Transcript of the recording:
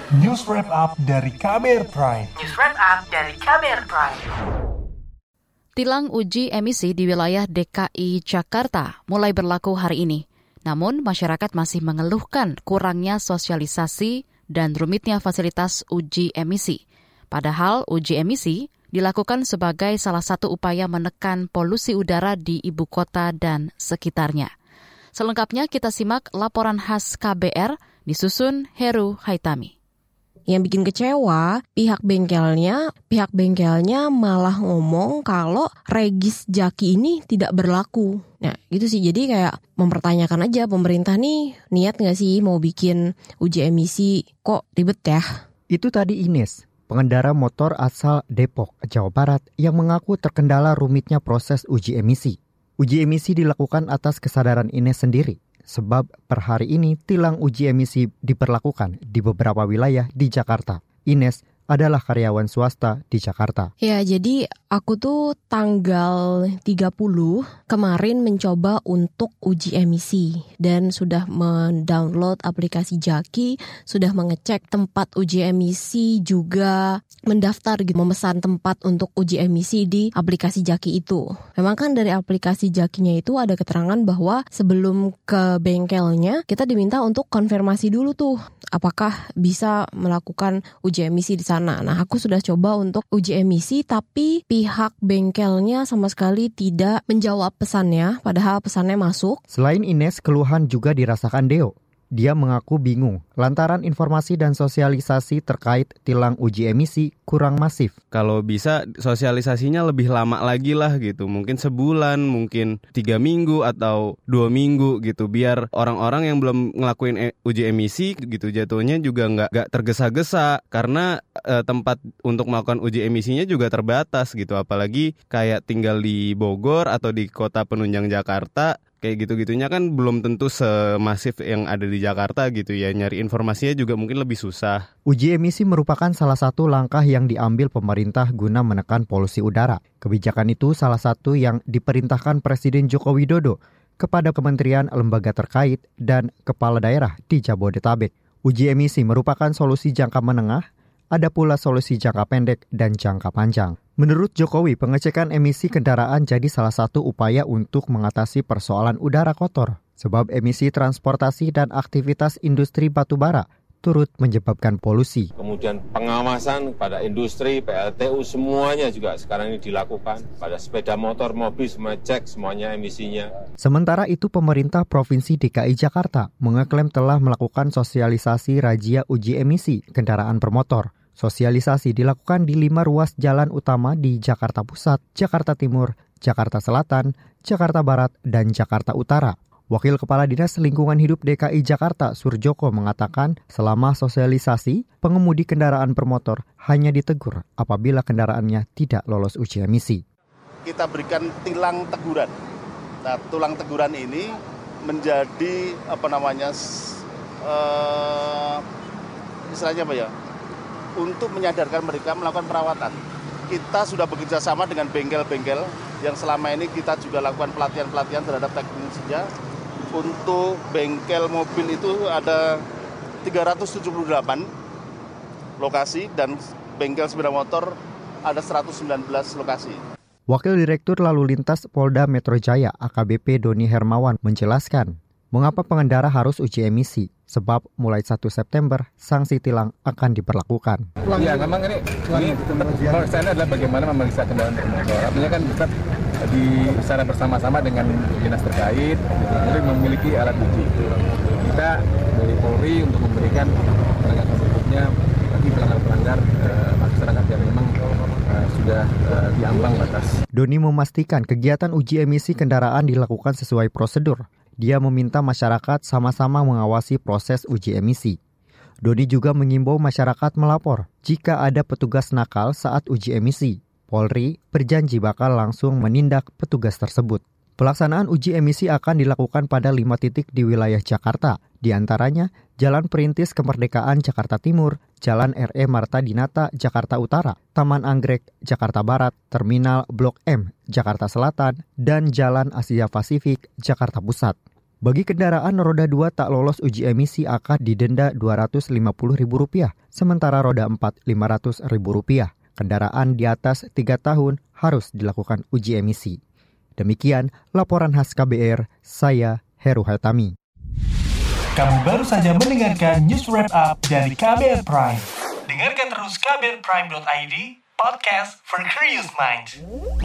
News Wrap Up dari KBR Prime. Tilang uji emisi di wilayah DKI Jakarta mulai berlaku hari ini. Namun, masyarakat masih mengeluhkan kurangnya sosialisasi dan rumitnya fasilitas uji emisi. Padahal uji emisi dilakukan sebagai salah satu upaya menekan polusi udara di ibu kota dan sekitarnya. Selengkapnya kita simak laporan khas KBR disusun Heru Haitami. Yang bikin kecewa, pihak bengkelnya malah ngomong kalau regis jaki ini tidak berlaku. Nah, gitu sih. Jadi kayak mempertanyakan aja pemerintah nih niat nggak sih mau bikin uji emisi, kok ribet ya? Itu tadi Ines, pengendara motor asal Depok, Jawa Barat yang mengaku terkendala rumitnya proses uji emisi. Uji emisi dilakukan atas kesadaran Ines sendiri, sebab per hari ini tilang uji emisi diberlakukan di beberapa wilayah di Jakarta. Ines adalah karyawan swasta di Jakarta. Ya, jadi aku tuh tanggal 30 kemarin mencoba untuk uji emisi dan sudah mendownload aplikasi Jaki, sudah mengecek tempat uji emisi, juga mendaftar gitu, memesan tempat untuk uji emisi di aplikasi Jaki itu. Memang kan dari aplikasi Jakinya itu ada keterangan bahwa sebelum ke bengkelnya kita diminta untuk konfirmasi dulu tuh apakah bisa melakukan uji emisi di sana. Nah, aku sudah coba untuk uji emisi, tapi pihak bengkelnya sama sekali tidak menjawab pesannya, padahal pesannya masuk. Selain Ines, keluhan juga dirasakan Deo. Dia mengaku bingung lantaran informasi dan sosialisasi terkait tilang uji emisi kurang masif. Kalau bisa sosialisasinya lebih lama lagi lah gitu. Mungkin sebulan, mungkin 3 minggu atau 2 minggu gitu. Biar orang-orang yang belum ngelakuin uji emisi gitu jatuhnya juga nggak tergesa-gesa. Karena tempat untuk melakukan uji emisinya juga terbatas gitu. Apalagi kayak tinggal di Bogor atau di kota penunjang Jakarta. Kayak gitu-gitunya kan belum tentu semasif yang ada di Jakarta gitu ya. Nyari informasinya juga mungkin lebih susah. Uji emisi merupakan salah satu langkah yang diambil pemerintah guna menekan polusi udara. Kebijakan itu salah satu yang diperintahkan Presiden Joko Widodo kepada kementerian lembaga terkait dan kepala daerah di Jabodetabek. Uji emisi merupakan solusi jangka menengah, ada pula solusi jangka pendek dan jangka panjang. Menurut Jokowi, pengecekan emisi kendaraan jadi salah satu upaya untuk mengatasi persoalan udara kotor. Sebab emisi transportasi dan aktivitas industri batubara turut menyebabkan polusi. Kemudian pengawasan pada industri, PLTU semuanya juga sekarang ini dilakukan. Pada sepeda motor, mobil semua cek semuanya emisinya. Sementara itu pemerintah Provinsi DKI Jakarta mengeklaim telah melakukan sosialisasi razia uji emisi kendaraan bermotor. Sosialisasi dilakukan di 5 ruas jalan utama di Jakarta Pusat, Jakarta Timur, Jakarta Selatan, Jakarta Barat, dan Jakarta Utara. Wakil Kepala Dinas Lingkungan Hidup DKI Jakarta, Surjoko, mengatakan selama sosialisasi, pengemudi kendaraan bermotor hanya ditegur apabila kendaraannya tidak lolos uji emisi. Kita berikan tilang teguran. Nah, tulang teguran ini menjadi istilahnya apa ya? Untuk menyadarkan mereka melakukan perawatan. Kita sudah bekerja sama dengan bengkel-bengkel yang selama ini kita juga lakukan pelatihan-pelatihan terhadap teknisinya. Untuk bengkel mobil itu ada 378 lokasi dan bengkel sepeda motor ada 119 lokasi. Wakil Direktur Lalu Lintas Polda Metro Jaya AKBP Doni Hermawan menjelaskan mengapa pengendara harus uji emisi. Sebab mulai 1 September, sanksi tilang akan diberlakukan. Ya, memang ini pemeriksaannya adalah bagaimana memeriksa kendaraan bermotor. Artinya kan kita secara bersama-sama dengan dinas terkait, kemudian memiliki alat uji. Kita dari Polri untuk memberikan penegakan hukumnya bagi pelanggar-pelanggar masyarakat yang memang sudah diambang batas. Doni memastikan kegiatan uji emisi kendaraan dilakukan sesuai prosedur. Dia meminta masyarakat sama-sama mengawasi proses uji emisi. Doni juga mengimbau masyarakat melapor jika ada petugas nakal saat uji emisi. Polri berjanji bakal langsung menindak petugas tersebut. Pelaksanaan uji emisi akan dilakukan pada 5 titik di wilayah Jakarta, di antaranya Jalan Perintis Kemerdekaan Jakarta Timur, Jalan R.E. Marta Dinata Jakarta Utara, Taman Anggrek Jakarta Barat, Terminal Blok M Jakarta Selatan, dan Jalan Asia Pasifik Jakarta Pusat. Bagi kendaraan roda 2 tak lolos uji emisi akan didenda Rp250.000, sementara roda 4 Rp500.000. Kendaraan di atas 3 tahun harus dilakukan uji emisi. Demikian laporan khas KBR, saya Heru Haitami. Kamu baru saja mendengarkan News Wrap Up dari KBR Prime. Dengarkan terus kbrprime.id, podcast for curious minds.